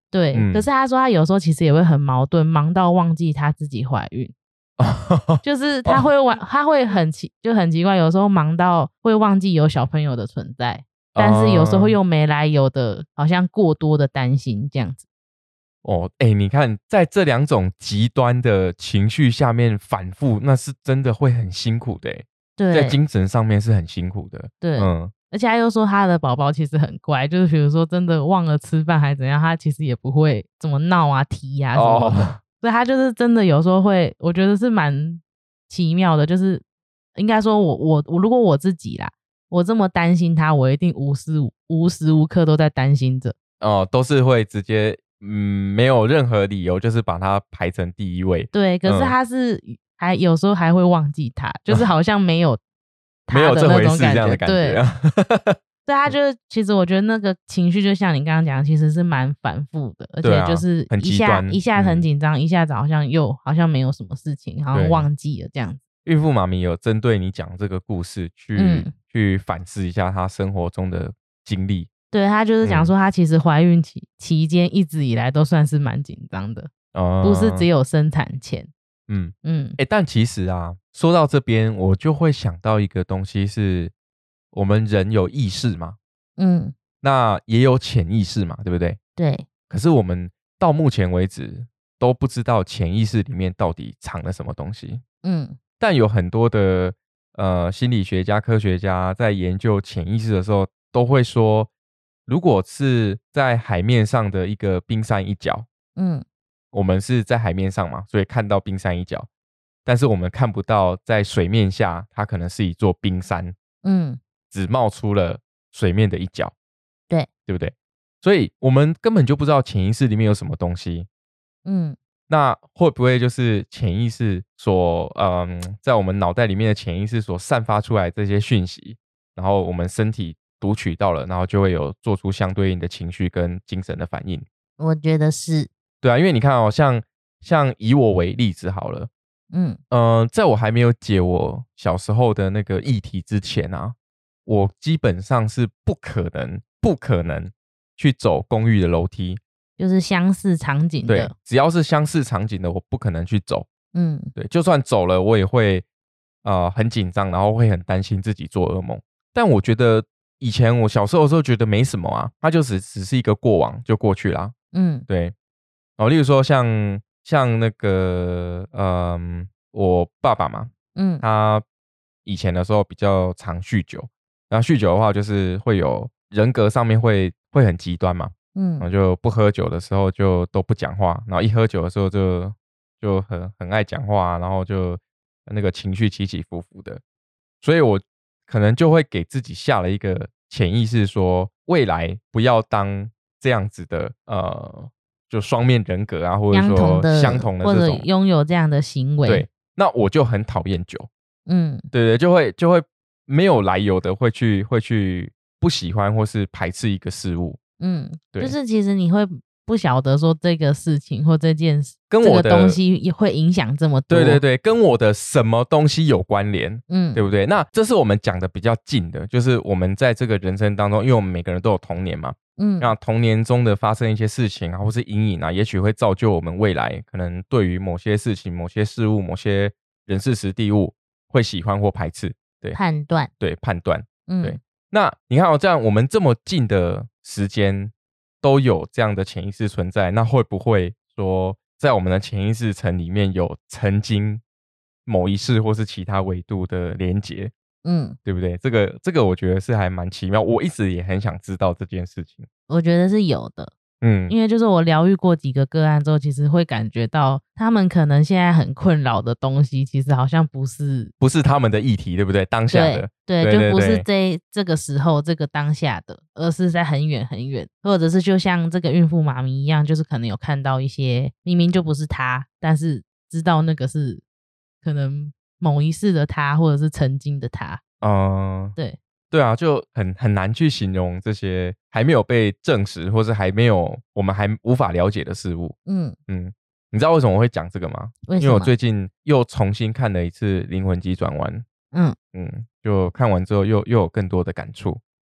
对， 嗯可是她说她有时候其实也会很矛盾，忙到忘记她自己怀孕。就是她会忘，她会很奇，就很奇怪，有时候忙到会忘记有小朋友的存在，但是有时候又没来由的，好像过多的担心这样子。 哦，哎、欸，你看，在这两种极端的情绪下面反复，那是真的会很辛苦的、欸。 对， 在精神上面是很辛苦的。 对， 嗯， 而且他又说他的宝宝其实很乖，就是比如说真的忘了吃饭还怎样，他其实也不会怎么闹啊、踢啊什么的。哦、所以他就是真的有时候会，我觉得是蛮奇妙的。就是应该说我我我如果我自己啦，我这么担心他，我一定无时无时无刻都在担心着。 哦，都是会直接。嗯，没有任何理由，就是把它排成第一位。 对，可是他是、嗯、还有时候还会忘记他，就是好像没有他的那种感觉，没有这回事这样的感觉。对，对，他就是其实我觉得那个情绪就像你刚刚讲，其实是蛮反复的，而且就是一下、啊、一下很紧张、嗯，一下子好像又好像没有什么事情，好像忘记了这样子。 孕妇妈咪有针对你讲这个故事去、嗯、去反思一下她生活中的经历。 对，他就是讲说，他其实怀孕期、嗯、期间一直以来都算是蛮紧张的、呃，不是只有生产前。 嗯嗯，哎、欸，但其实啊，说到这边，我就会想到一个东西是，我们人有意识嘛，嗯，那也有潜意识嘛，对不对？ 对。 可是我们到目前为止都不知道潜意识里面到底藏了什么东西。嗯，但有很多的呃心理学家、科学家在研究潜意识的时候，都会说。如果是在海面上的一个冰山一角，嗯，我们是在海面上嘛，所以看到冰山一角，但是我们看不到在水面下，它可能是一座冰山，嗯，只冒出了水面的一角， 对， 对不对？所以我们根本就不知道潜意识里面有什么东西，嗯，那会不会就是潜意识所，嗯，在我们脑袋里面的潜意识所散发出来这些讯息，然后我们身体读取到了，然后就会有做出相对应的情绪跟精神的反应。 我觉得是。 对啊，因为你看哦，像像以我为例子好了，嗯呃，在我还没有解我小时候的那个议题之前啊，我基本上是不可能不可能去走公寓的楼梯， 就是相似场景的。 对，只要是相似场景的，我不可能去走。嗯，对，就算走了，我也会呃很紧张，然后会很担心自己做噩梦。但我觉得。以前我小时候的时候觉得没什么啊，它就只只是一个过往就过去啦。嗯，对。哦，例如说像像那个嗯，我爸爸嘛，嗯，他以前的时候比较常酗酒，然后酗酒的话就是会有人格上面会会很极端嘛，嗯，然后就不喝酒的时候就都不讲话，然后一喝酒的时候就就很很爱讲话，然后就那个情绪起起伏伏的，所以我。可能就会给自己下了一个潜意识，说未来不要当这样子的，呃，就双面人格啊，或者说相同的这种， 或者拥有这样的行为。 对，那我就很讨厌酒，嗯，对对，就会就会没有来由的会去会去不喜欢或是排斥一个事物， 嗯，对，就是其实你会。不晓得说这个事情或这件事跟我的、这个、东西也会影响这么多， 对对对，跟我的什么东西有关联，嗯，对不对？那这是我们讲的比较近的，就是我们在这个人生当中，因为我们每个人都有童年嘛，嗯，那童年中的发生一些事情啊，或是阴影啊，也许会造就我们未来可能对于某些事情、某些事物、某些人事时地物会喜欢或排斥，对， 判断， 对，判断，嗯，对。那你看哦，这样我们这么近的时间。都有这样的潜意识存在，那会不会说在我们的潜意识层里面有曾经某一世或是其他维度的连结？嗯，对不对？这个这个我觉得是还蛮奇妙，我一直也很想知道这件事情。 我觉得是有的。嗯，因为就是我疗愈过几个个案之后，其实会感觉到他们可能现在很困扰的东西，其实好像不是不是他们的议题，对不对？当下的， 对，对，就不是这这个时候这个当下的，而是在很远很远，或者是就像这个孕妇妈咪一样，就是可能有看到一些明明就不是他，但是知道那个是可能某一世的他，或者是曾经的他。嗯，对。 对啊，就很很难去形容这些还没有被证实，或是还没有我们还无法了解的事物。嗯嗯，你知道为什么我会讲这个吗？ 为什么？ 因为我最近又重新看了一次《灵魂急转弯》。嗯嗯，就看完之后又又有更多的感触。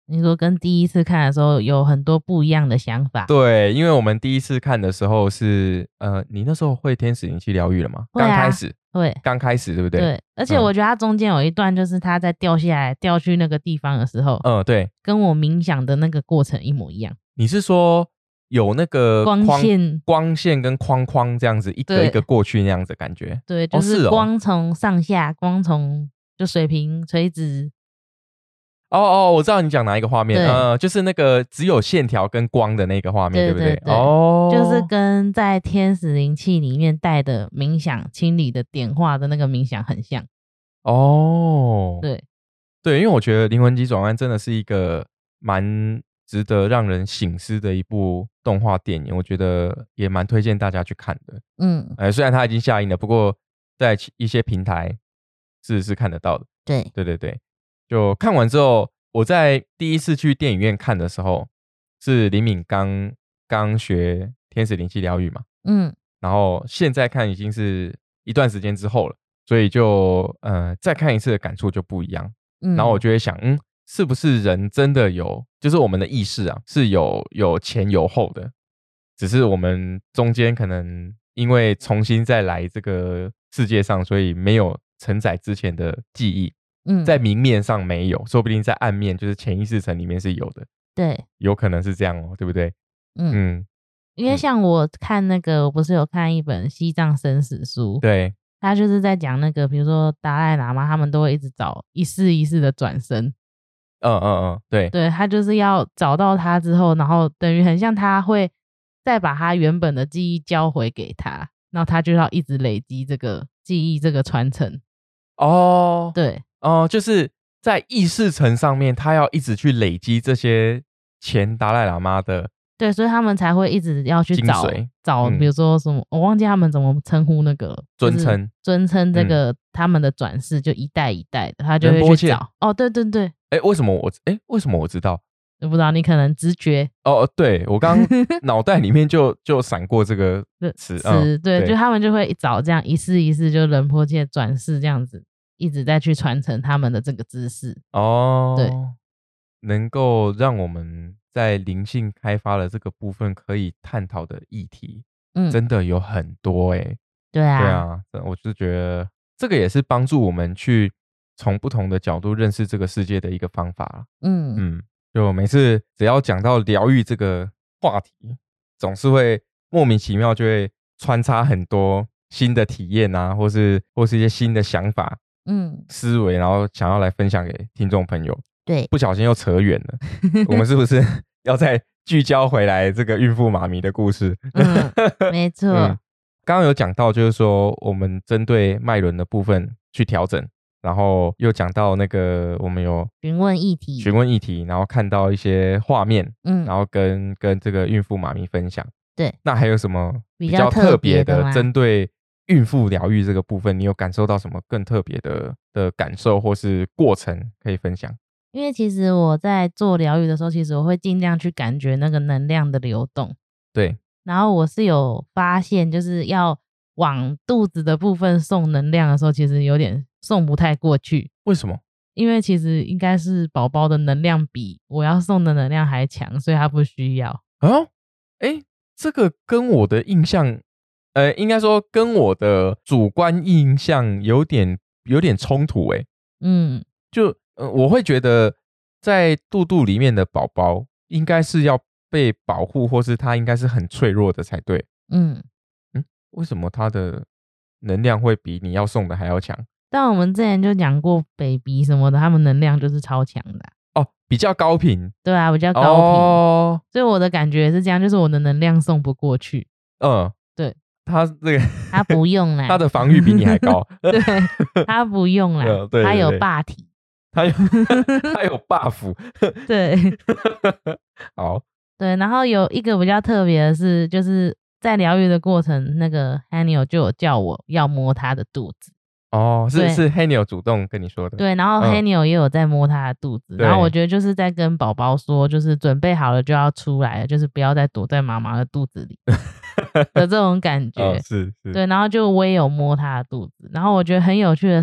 你说跟第一次看的时候有很多不一样的想法？ 对，因为我们第一次看的时候是，呃，你那时候会天使灵气疗愈了吗？ 会啊， 刚开始， 会， 刚开始，对不对？ 对，而且我觉得它中间有一段，就是它在掉下来、掉去那个地方的时候， 嗯，对， 跟我冥想的那个过程一模一样。 你是说有那个光线、 光线跟框框这样子一个一个过去那样子的感觉？ 对，就哦是哦光从上下，光从就水平垂直。 哦哦，我知道你讲哪一个画面，呃，就是那个只有线条跟光的那个画面，对不对？ 对对对， 哦， 就是跟在天使灵气里面带的冥想清理的点化的那个冥想很像。 哦， 对对，因为我觉得《灵魂急转弯》真的是一个蛮值得让人省思的一部动画电影，我觉得也蛮推荐大家去看的。 嗯， 呃，虽然它已经下映了，不过在一些平台是是看得到的。 对对对对，就看完之后，我在第一次去电影院看的时候，是林敏刚刚学天使灵气疗愈嘛， 嗯， 然后现在看已经是一段时间之后了，所以就呃再看一次的感触就不一样。 嗯， 然后我就会想，嗯，是不是人真的有，就是我们的意识啊，是有有前有后的，只是我们中间可能因为重新再来这个世界上，所以没有承载之前的记忆。 嗯， 在明面上没有，说不定在暗面，就是潜意识层里面是有的。 对， 有可能是这样哦，对不对？ 嗯， 嗯， 因为像我看那个，我不是有看一本西藏生死书， 对， 他就是在讲那个，比如说达赖喇嘛，他们都会一直找一世一世的转身。 嗯嗯嗯，对， 对，他就是要找到他之后，然后等于很像他会再把他原本的记忆交回给他，然后他就要一直累积这个记忆，这个传承。 哦， 对， 哦，就是在意识层上面，他要一直去累积这些前达赖喇嘛的， 对，所以他们才会一直要去找找， 嗯、 比如说什么，我忘记他们怎么称呼那个尊称， 尊称这个、嗯、他们的转世，就一代一代的，他就会去找。哦，对对对， 哎，为什么我哎为什么我知道？ 我不知道，你可能直觉。 哦，对我刚脑袋里面就就闪过这个词词、 嗯，对，对就他们就会找这样一世一世，就仁波切转世这样子。一直在去传承他们的这个知识哦， 对， 能够让我们在灵性开发的这个部分可以探讨的议题，嗯，真的有很多哎、欸， 对啊， 对啊，我就觉得这个也是帮助我们去从不同的角度认识这个世界的一个方法。嗯嗯，就每次只要讲到疗愈这个话题，总是会莫名其妙就会穿插很多新的体验啊，或是或是一些新的想法。嗯，思维，然后想要来分享给听众朋友。 对， 不小心又扯远了。我们是不是要再聚焦回来这个孕妇妈咪的故事？ 嗯，没错。嗯， 刚刚有讲到，就是说我们针对脉轮的部分去调整，然后又讲到那个我们有询问议题， 询问议题，然后看到一些画面，嗯，然后跟跟这个孕妇妈咪分享。对，那还有什么比较特别的针对孕妇疗愈这个部分，你有感受到什么更特别的的感受或是过程可以分享？ 因为其实我在做疗愈的时候，其实我会尽量去感觉那个能量的流动。 对， 然后我是有发现，就是要往肚子的部分送能量的时候，其实有点送不太过去。 为什么？ 因为其实应该是宝宝的能量比我要送的能量还强，所以他不需要。 啊，哎，这个跟我的印象。呃，应该说跟我的主观印象有点有点冲突哎、欸，嗯，就呃我会觉得在肚肚里面的宝宝应该是要被保护，或是他应该是很脆弱的才对，嗯嗯，为什么他的能量会比你要送的还要强？ 但我们之前就讲过 baby 什么的，他们能量就是超强的、 啊、哦，比较高频， 对啊，比较高频、哦，所以我的感觉是这样，就是我的能量送不过去，嗯，对。 他这个他不用啦， 他的防御比你还高。 对，他不用啦，对对对，他有霸体， 他有他有 buff。 对， 好， 对，然后有一个比较特别的是，就是在疗愈的过程，那个 Haniel 就有叫我要摸他的肚子。 哦，是是 Haniel 主动跟你说的。 对，然后 Haniel 也有在摸他的肚子，嗯、然后我觉得就是在跟宝宝说，就是准备好了就要出来了，就是不要再躲在妈妈的肚子里的这种感觉。 哦、是是。 对，然后就我也有摸他的肚子，然后我觉得很有趣的是，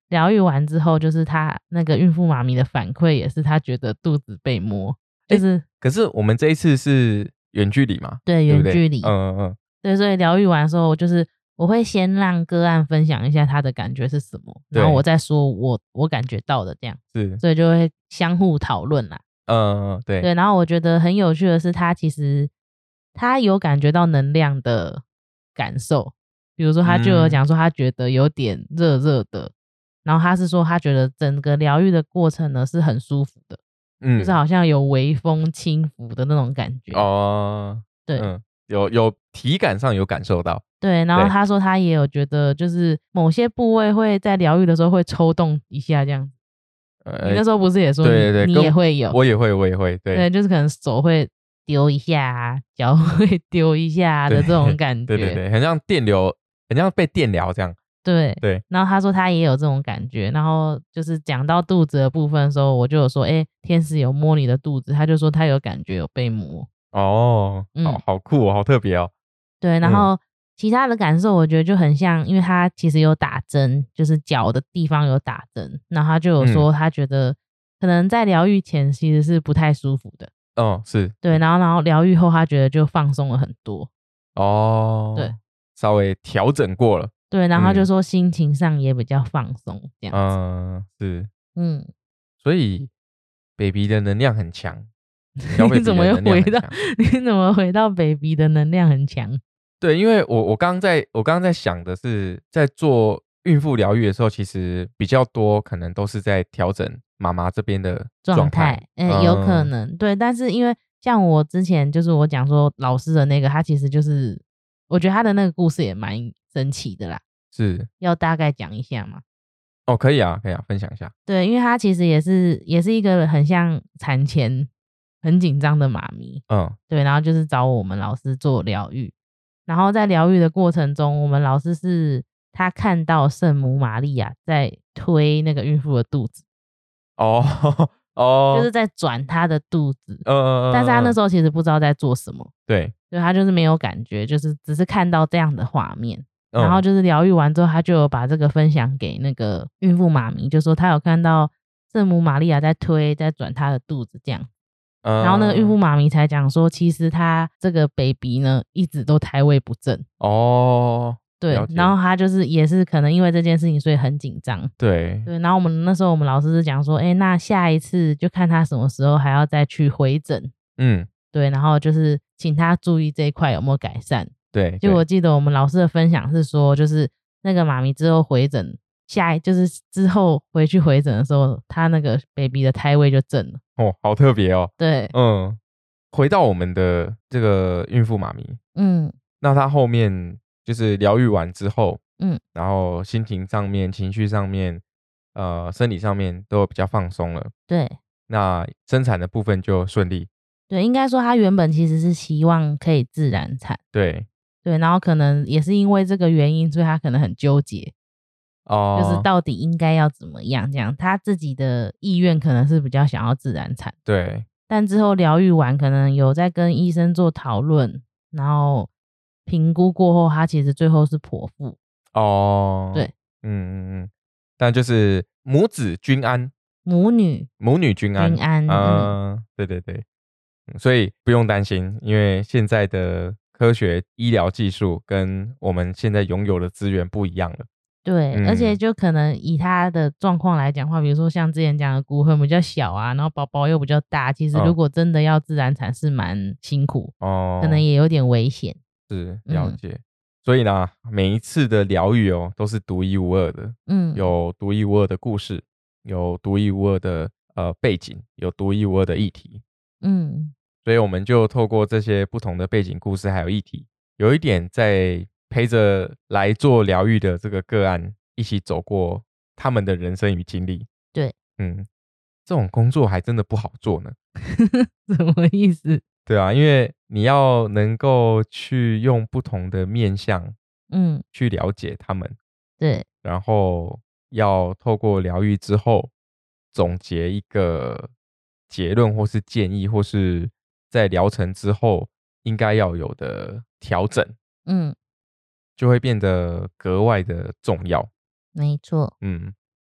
疗愈完之后，就是她那个孕妇妈咪的反馈也是，她觉得肚子被摸，就是、欸、 可是我们这一次是远距离嘛， 对， 对不对？ 远距离， 嗯嗯嗯， 对，所以疗愈完的时候，就是我会先让个案分享一下他的感觉是什么，然后我再说我我感觉到的这样， 是， 所以就会相互讨论啦。 嗯嗯，对对，然后我觉得很有趣的是，他其实他有感觉到能量的感受，比如说他就有讲说他觉得有点热热的，然后他是说他觉得整个疗愈的过程呢是很舒服的，嗯，就是好像有微风轻拂的那种感觉。 哦， 对， 嗯，有有体感上有感受到。 对，然后他说他也有觉得，就是某些部位会在疗愈的时候会抽动一下这样子。呃、你那时候不是也说你对对对， 你也会有， 我也会，我也会，对， 对，就是可能手会丢一下啊，脚会丢一下的这种感觉， 对对对，很像电流，很像被电疗这样。 对对， 然后他说他也有这种感觉，然后就是讲到肚子的部分的时候，我就有说，哎、欸，天使有摸你的肚子，他就说他有感觉有被摸。 哦，嗯、好好酷哦，好特别哦。 对，然后。嗯其他的感受我觉得就很像，因为他其实有打针，就是脚的地方有打针，然后他就有说他觉得可能在疗愈前其实是不太舒服的。 哦，是， 对，然后然后疗愈后他觉得就放松了很多。 哦，对，稍微调整过了。 对，然后就说心情上也比较放松这样子。 嗯，是， 嗯， 所以 baby 的能量很强。 你怎么又回到你怎么回到 baby 的能量很强？ 对，因为我我刚刚在我刚刚在想的是，在做孕妇疗愈的时候，其实比较多可能都是在调整妈妈这边的状态。 嗯、欸，有可能对，但是因为像我之前就是我讲说老师的那个，他其实就是我觉得他的那个故事也蛮神奇的啦。 是要大概讲一下吗？ 哦，可以啊，可以啊，分享一下。 对，因为他其实也是也是一个很像产前很紧张的妈咪。嗯，对，然后就是找我们老师做疗愈。然后在疗愈的过程中，我们老师是他看到圣母玛利亚在推那个孕妇的肚子，哦哦，就是在转她的肚子，嗯嗯嗯，但是他那时候其实不知道在做什么，对，所以他就是没有感觉，就是只是看到这样的画面，嗯、然后就是疗愈完之后，他就有把这个分享给那个孕妇妈咪，就说他有看到圣母玛利亚在推在转她的肚子这样。然后那个孕妇妈咪才讲说，其实她这个 baby 呢一直都胎位不正哦，对，然后她就是也是可能因为这件事情，所以很紧张，对对。然后我们那时候我们老师是讲说，哎，那下一次就看她什么时候还要再去回诊，嗯，对，然后就是请她注意这一块有没有改善，对。就我记得我们老师的分享是说，就是那个妈咪之后回诊。下一就是之后回去回诊的时候，他那个 baby 的胎位就正了哦，好特别哦。 对， 嗯，回到我们的这个孕妇妈咪，嗯，那她后面就是疗愈完之后，嗯，然后心情上面、情绪上面、呃，生理上面都比较放松了。 对， 那生产的部分就顺利。 对，应该说她原本其实是希望可以自然产。 对， 对，然后可能也是因为这个原因，所以她可能很纠结。哦，就是到底应该要怎么样？这样他自己的意愿可能是比较想要自然产， 对。 但之后疗愈完，可能有在跟医生做讨论，然后评估过后，他其实最后是剖腹。哦，对， 嗯嗯嗯，但就是母子均安， 母女母女均安， 均安，嗯， 呃、对对对，所以不用担心，因为现在的科学医疗技术跟我们现在拥有的资源不一样了。 对，嗯、而且就可能以他的状况来讲的话，比如说像之前讲的骨盆比较小啊，然后宝宝又比较大，其实如果真的要自然产是蛮辛苦哦，可能也有点危险。 是，了解。嗯、所以呢，每一次的疗愈哦，都是独一无二的，嗯，有独一无二的故事，有独一无二的呃背景，有独一无二的议题，嗯，所以我们就透过这些不同的背景故事还有议题，有一点在。陪着来做疗愈的这个个案一起走过他们的人生与经历。 对， 嗯，这种工作还真的不好做呢。 什么意思？ 对啊，因为你要能够去用不同的面向，嗯，去了解他们。 对， 然后要透过疗愈之后，总结一个结论或是建议，或是在疗程之后应该要有的调整。嗯。就会变得格外的重要。 没错， 嗯，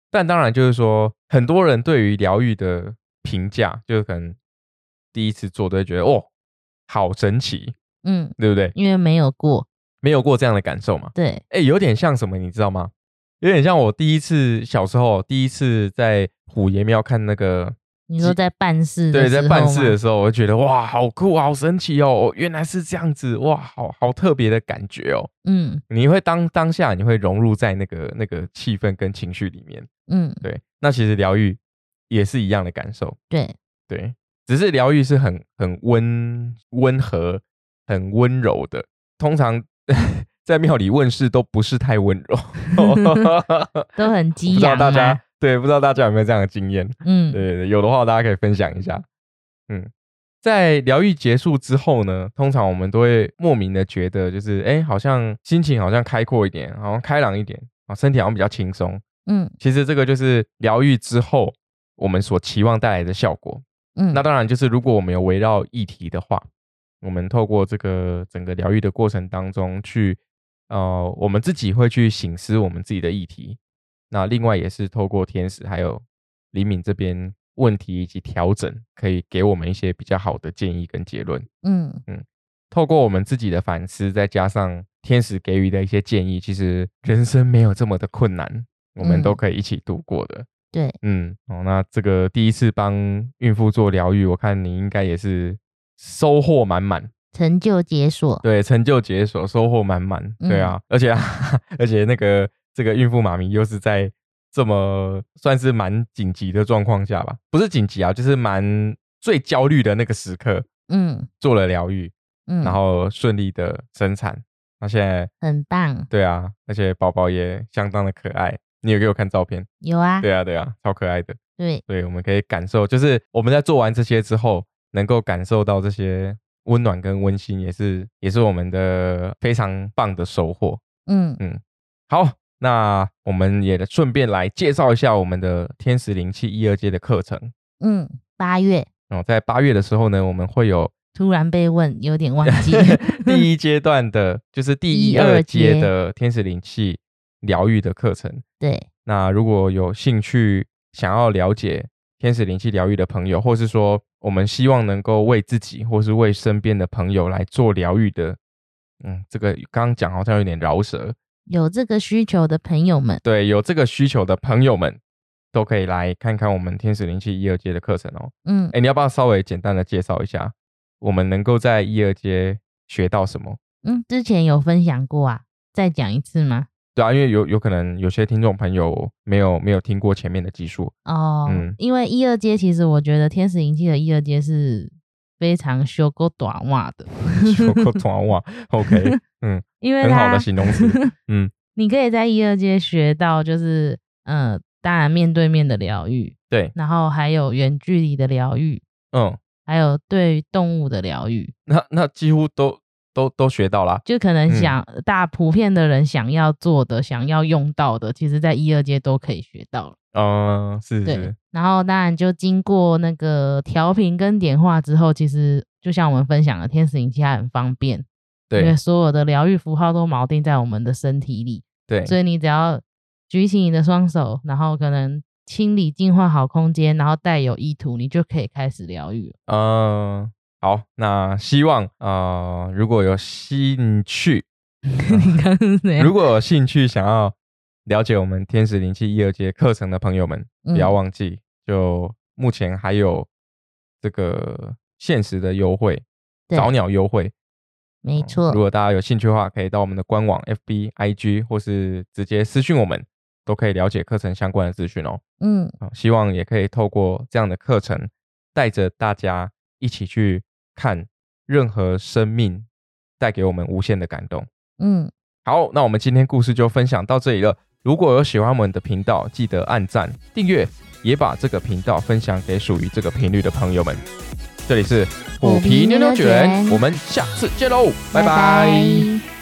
但当然就是说，很多人对于疗愈的评价，就可能第一次做都会觉得哦，好神奇， 嗯， 对不对？ 因为没有过， 没有过这样的感受嘛。 对， 哎，有点像什么，你知道吗？有点像我第一次小时候第一次在虎爷庙看那个。 你说在办事的对， 时候在办事的吗？ 时候，我就觉得哇，好酷，好神奇哦！原来是这样子，哇，好好特别的感觉哦。 嗯你会当当下你会融入在那个那个气氛跟情绪里面。 嗯， 对，那其实疗愈也是一样的感受。 对， 对，只是疗愈是很很温温和、很温柔的。通常在庙里问事都不是太温柔， 都很不知道激昂大家吗？ 对，不知道大家有没有这样的经验？ 嗯， 对对对，有的话大家可以分享一下。嗯，在疗愈结束之后呢，通常我们都会莫名的觉得，就是哎，好像心情好像开阔一点，好像开朗一点啊，身体好像比较轻松。 嗯其实这个就是疗愈之后我们所期望带来的效果。 嗯， 那当然就是如果我们有围绕议题的话，我们透过这个整个疗愈的过程当中去，呃，我们自己会去省思我们自己的议题。那另外也是透过天使还有李敏这边问题以及调整，可以给我们一些比较好的建议跟结论。 嗯嗯，透过我们自己的反思，再加上天使给予的一些建议，其实人生没有这么的困难，我们都可以一起度过的。 对， 嗯，哦，那这个第一次帮孕妇做疗愈，我看你应该也是收获满满。 成就解锁， 对，成就解锁，收获满满。对啊，而且啊，而且那个这个孕妇妈咪又是在这么算是蛮紧急的状况下吧，不是紧急啊，就是蛮最焦虑的那个时刻， 嗯做了疗愈， 嗯， 然后顺利的生产。那现在很棒， 对啊，而且宝宝也相当的可爱，你有给我看照片？ 有啊， 对啊，对啊，超可爱的。 对， 对，我们可以感受，就是我们在做完这些之后，能够感受到这些温暖跟温馨，也是也是我们的非常棒的收获。 嗯嗯，好，那我们也顺便来介绍一下我们的天使灵气一二阶的课程。 嗯，八月哦，在八月的时候呢，我们会有突然被问，有点忘记第一阶段的，就是第一二阶的天使灵气疗愈的课程。 对， 那如果有兴趣想要了解天使灵气疗愈的朋友，或是说我们希望能够为自己或是为身边的朋友来做疗愈的，嗯，这个刚刚讲好像有点饶舌， 有这个需求的朋友们， 对，有这个需求的朋友们都可以来看看我们天使灵气一二阶的课程哦。 嗯， 哎，你要不要稍微简单的介绍一下，我们能够在一二阶学到什么？ 嗯，之前有分享过啊，再讲一次吗？ 对啊，因为有有可能有些听众朋友没有没有听过前面的技术哦， 嗯因为一二阶其实我觉得天使灵气的一二阶是非常修够短袜的， 修过短袜 ，OK， 嗯， 因为很好它的形容词，嗯， 你可以在一二阶学到就是呃，当然面对面的疗愈， 对， 然后还有远距离的疗愈， 嗯， 还有对动物的疗愈， 那那几乎都都都学到啦。 就可能想、嗯、大普遍的人想要做的、想要用到的，其实在一二阶都可以学到了。 嗯、呃，是对是。 然后当然就经过那个调频跟点化之后，其实就像我们分享的，天使灵气它很方便， 对， 因为所有的疗愈符号都锚定在我们的身体里， 对， 所以你只要举起你的双手，然后可能清理净化好空间，然后带有意图，你就可以开始疗愈了。 嗯、呃，好，那希望呃，如果有兴趣， 你刚刚是怎样？ 如果有兴趣想要了解我们天使灵气一二阶课程的朋友们， 嗯不要忘记，就目前还有这个限时的优惠， 对早鸟优惠。 没错、 哦如果大家有兴趣的话，可以到我们的官网 F B、I G 或是直接私讯我们，都可以了解课程相关的资讯哦。 嗯， 哦希望也可以透过这样的课程，带着大家一起去看任何生命带给我们无限的感动。 嗯， 好，那我们今天故事就分享到这里了。如果有喜欢我们的频道，记得按赞、订阅，也把这个频道分享给属于这个频率的朋友们。这里是虎皮妞妞卷，我们下次见喽，拜拜。 拜拜。